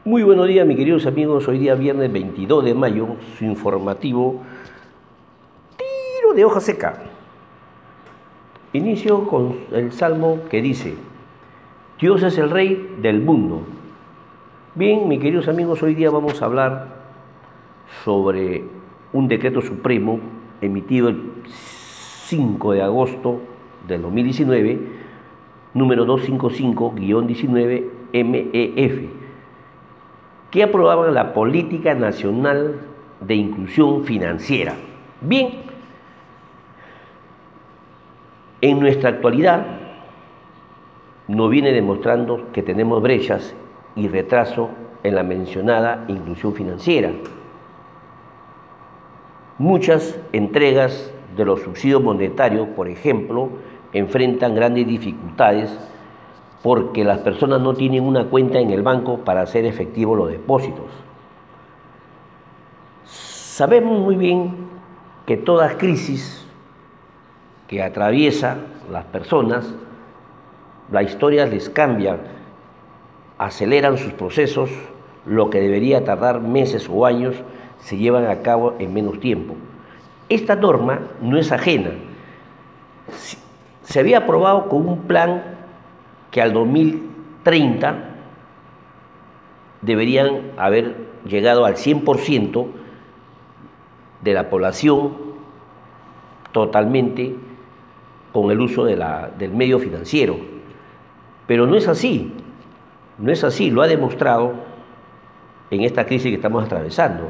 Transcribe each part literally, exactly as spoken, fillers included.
Muy buenos días, mis queridos amigos. Hoy día viernes veintidós de mayo, su informativo Tiro de hoja seca. Inicio con el salmo que dice: Dios es el Rey del mundo. Bien, mis queridos amigos, hoy día vamos a hablar sobre un decreto supremo emitido el cinco de agosto del dos mil diecinueve, número doscientos cincuenta y cinco diecinueve M E F, que aprobaba la Política Nacional de Inclusión Financiera. Bien, en nuestra actualidad nos viene demostrando que tenemos brechas y retraso en la mencionada inclusión financiera. Muchas entregas de los subsidios monetarios, por ejemplo, enfrentan grandes dificultades porque las personas no tienen una cuenta en el banco para hacer efectivos los depósitos. Sabemos muy bien que toda crisis que atraviesa las personas, la historia les cambia, aceleran sus procesos, lo que debería tardar meses o años se llevan a cabo en menos tiempo. Esta norma no es ajena. Se había aprobado con un plan que al dos mil treinta deberían haber llegado al cien por ciento de la población totalmente con el uso de la, del medio financiero. Pero no es así, no es así, lo ha demostrado en esta crisis que estamos atravesando.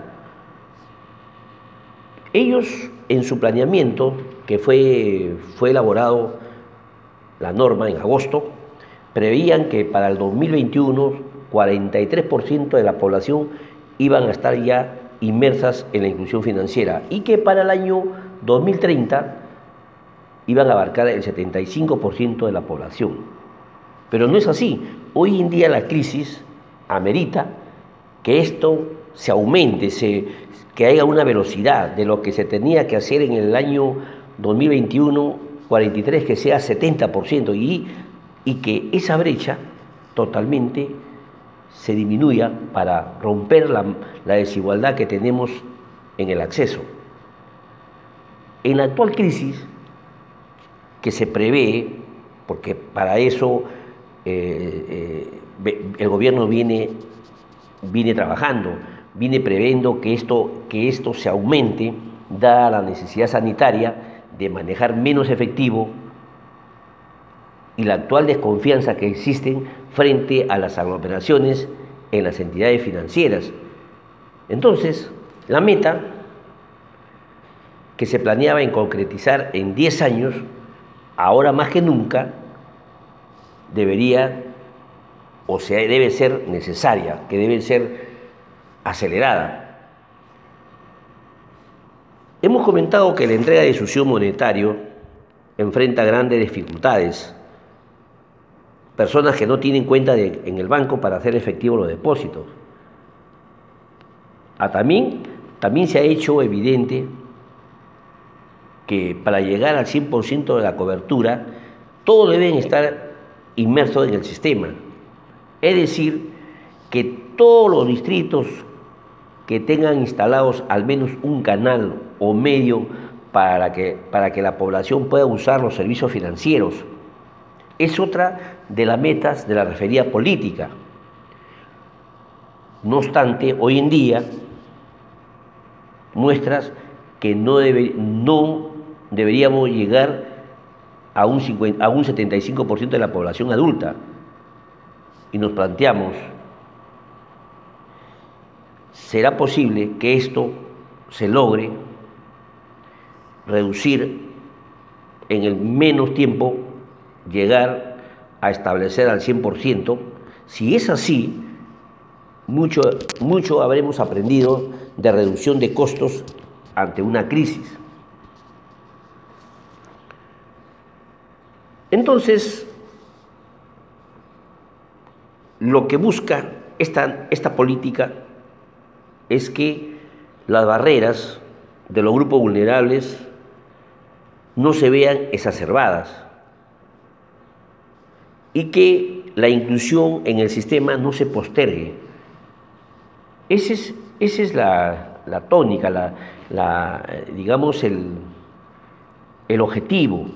Ellos, en su planeamiento, que fue, fue elaborado la norma en agosto, preveían que para el dos mil veintiuno, cuarenta y tres por ciento de la población iban a estar ya inmersas en la inclusión financiera y que para el año dos mil treinta iban a abarcar el setenta y cinco por ciento de la población. Pero no es así. Hoy en día la crisis amerita que esto se aumente, se, que haya una velocidad de lo que se tenía que hacer en el año dos mil veintiuno, cuarenta y tres, que sea setenta por ciento y, y que esa brecha totalmente se disminuya para romper la, la desigualdad que tenemos en el acceso. En la actual crisis que se prevé, porque para eso eh, eh, el gobierno viene, viene trabajando, viene previendo que esto, que esto se aumente, dada la necesidad sanitaria de manejar menos efectivo y la actual desconfianza que existen frente a las aglomeraciones en las entidades financieras. Entonces, la meta que se planeaba en concretizar en diez años, ahora más que nunca, debería o sea, debe ser necesaria, que debe ser acelerada. Hemos comentado que la entrega de subsidio monetario enfrenta grandes dificultades. Personas que no tienen cuenta de, en el banco para hacer efectivos los depósitos. Ah, también, también se ha hecho evidente que para llegar al cien por ciento de la cobertura, todos deben estar inmersos en el sistema. Es decir, que todos los distritos que tengan instalados al menos un canal o medio para que, para que la población pueda usar los servicios financieros. Es otra de las metas de la referida política. No obstante, hoy en día muestras que no, debe, no deberíamos llegar a un, cincuenta, a un setenta y cinco por ciento de la población adulta. Y nos planteamos, ¿será posible que esto se logre reducir en el menos tiempo, llegar a establecer al cien por ciento? Si es así, mucho, mucho habremos aprendido de reducción de costos ante una crisis. Entonces, lo que busca esta, esta política es que las barreras de los grupos vulnerables no se vean exacerbadas y que la inclusión en el sistema no se postergue, Ese es, esa es la, la tónica, la, la, digamos, el, el objetivo.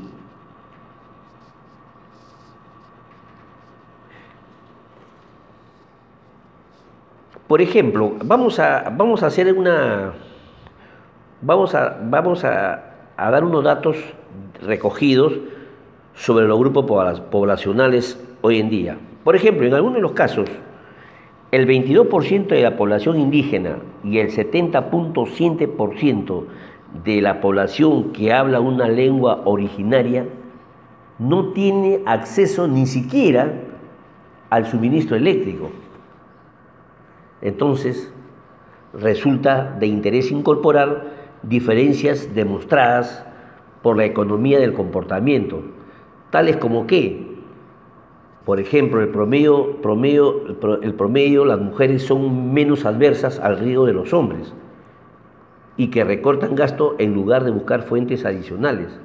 Por ejemplo, vamos a, vamos a hacer una, vamos a, vamos a, a dar unos datos recogidos sobre los grupos poblacionales hoy en día. Por ejemplo, en algunos de los casos, el veintidós por ciento de la población indígena y el setenta punto siete por ciento de la población que habla una lengua originaria no tiene acceso ni siquiera al suministro eléctrico. Entonces, resulta de interés incorporar diferencias demostradas por la economía del comportamiento, tales como que, por ejemplo, el promedio, promedio, el promedio, las mujeres son menos adversas al riesgo de los hombres y que recortan gasto en lugar de buscar fuentes adicionales.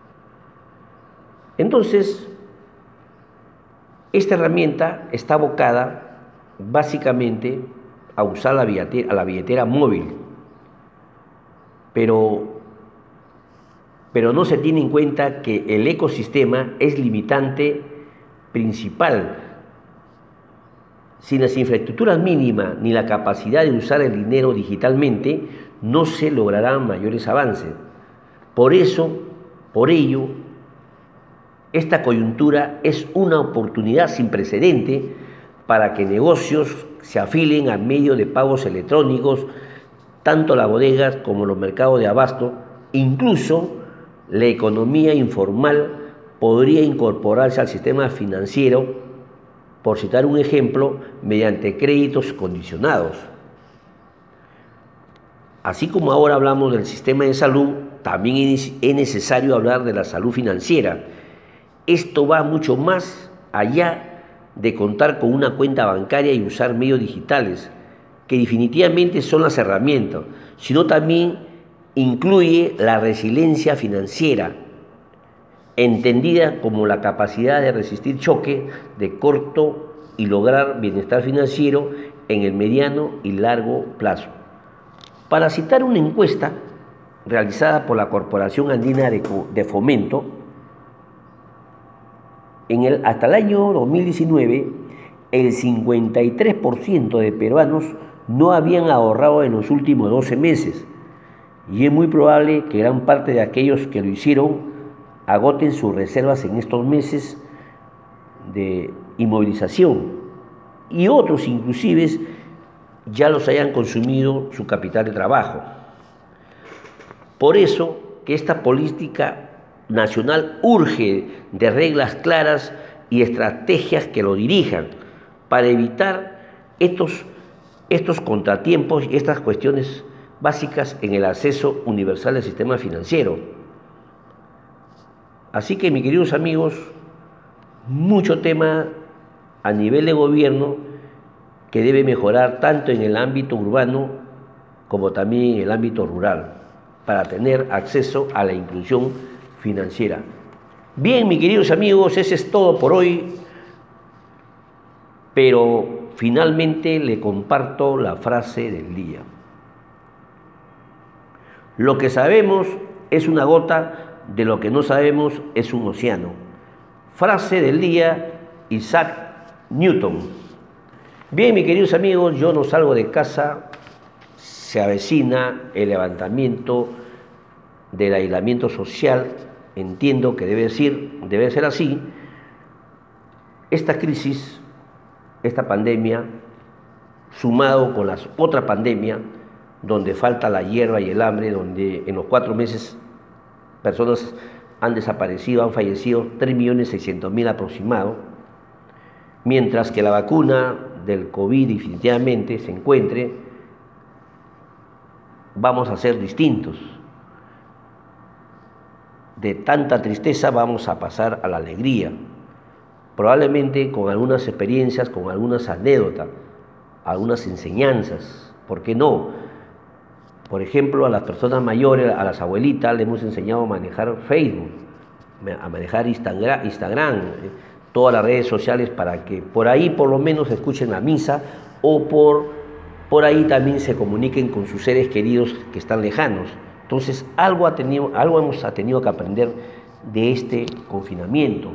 Entonces, esta herramienta está abocada básicamente a usar la billetera, a la billetera móvil, pero, pero no se tiene en cuenta que el ecosistema es limitante principal. Sin las infraestructuras mínimas ni la capacidad de usar el dinero digitalmente, no se lograrán mayores avances. Por eso, por ello, esta coyuntura es una oportunidad sin precedente para que negocios se afilen a medios de pagos electrónicos, tanto las bodegas como los mercados de abasto. Incluso la economía informal podría incorporarse al sistema financiero, por citar un ejemplo, mediante créditos condicionados. Así como ahora hablamos del sistema de salud, también es necesario hablar de la salud financiera. Esto va mucho más allá de contar con una cuenta bancaria y usar medios digitales, que definitivamente son las herramientas, sino también incluye la resiliencia financiera, entendida como la capacidad de resistir choques de corto y lograr bienestar financiero en el mediano y largo plazo. Para citar una encuesta realizada por la Corporación Andina de, de Fomento, en el, hasta el año dos mil diecinueve, el cincuenta y tres por ciento de peruanos no habían ahorrado en los últimos doce meses, y es muy probable que gran parte de aquellos que lo hicieron agoten sus reservas en estos meses de inmovilización, y otros inclusive ya los hayan consumido su capital de trabajo. Por eso que esta política nacional urge de reglas claras y estrategias que lo dirijan para evitar estos, estos contratiempos y estas cuestiones básicas en el acceso universal al sistema financiero. Así que, mis queridos amigos, mucho tema a nivel de gobierno que debe mejorar tanto en el ámbito urbano como también en el ámbito rural para tener acceso a la inclusión financiera. Bien, mis queridos amigos, ese es todo por hoy, pero finalmente le comparto la frase del día. Lo que sabemos es una gota, de lo que no sabemos es un océano. Frase del día, Isaac Newton. Bien, mis queridos amigos, yo no salgo de casa, se avecina el levantamiento del aislamiento social, entiendo que debe ser, debe ser así. Esta crisis, esta pandemia, sumado con la otra pandemia, donde falta la hierba y el hambre, donde en los cuatro meses personas han desaparecido, han fallecido tres millones seiscientos mil aproximado, mientras que la vacuna del COVID definitivamente se encuentre, vamos a ser distintos. De tanta tristeza vamos a pasar a la alegría, probablemente con algunas experiencias, con algunas anécdotas, algunas enseñanzas, ¿por qué no? Por ejemplo, a las personas mayores, a las abuelitas, le hemos enseñado a manejar Facebook, a manejar Instagram, Instagram, todas las redes sociales, para que por ahí por lo menos escuchen la misa o por por ahí también se comuniquen con sus seres queridos que están lejanos. Entonces, algo, ha tenido, algo hemos tenido que aprender de este confinamiento.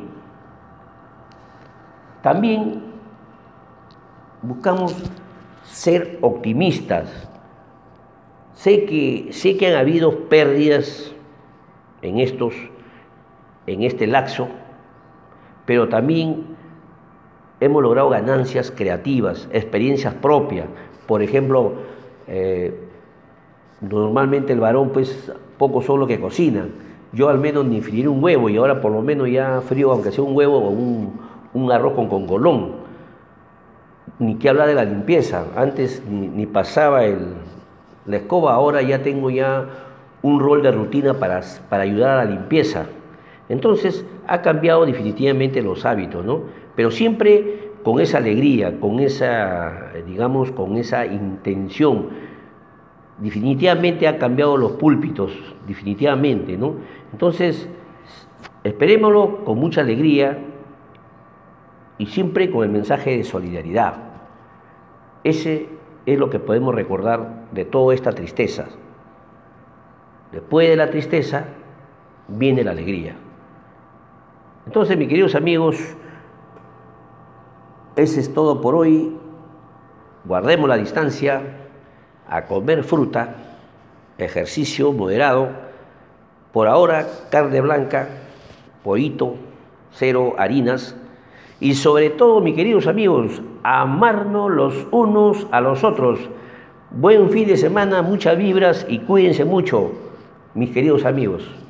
También buscamos ser optimistas. Sé que, sé que han habido pérdidas en, estos, en este lapso, pero también hemos logrado ganancias creativas, experiencias propias. Por ejemplo, eh, normalmente el varón pues poco solo que cocina. Yo al menos ni freiré un huevo y ahora por lo menos ya frío, aunque sea un huevo o un, un arroz con congolón. Ni que hablar de la limpieza. Antes ni, ni pasaba el, la escoba, ahora ya tengo ya un rol de rutina para, para ayudar a la limpieza. Entonces ha cambiado definitivamente los hábitos, ¿no? Pero siempre con esa alegría, con esa, digamos, con esa intención. Definitivamente ha cambiado los púlpitos, definitivamente, ¿no? Entonces, esperémoslo con mucha alegría y siempre con el mensaje de solidaridad. Ese es lo que podemos recordar de toda esta tristeza. Después de la tristeza viene la alegría. Entonces, mis queridos amigos, ese es todo por hoy. Guardemos la distancia, a comer fruta, ejercicio moderado. Por ahora, carne blanca, pollito, cero harinas. Y sobre todo, mis queridos amigos, amarnos los unos a los otros. Buen fin de semana, muchas vibras y cuídense mucho, mis queridos amigos.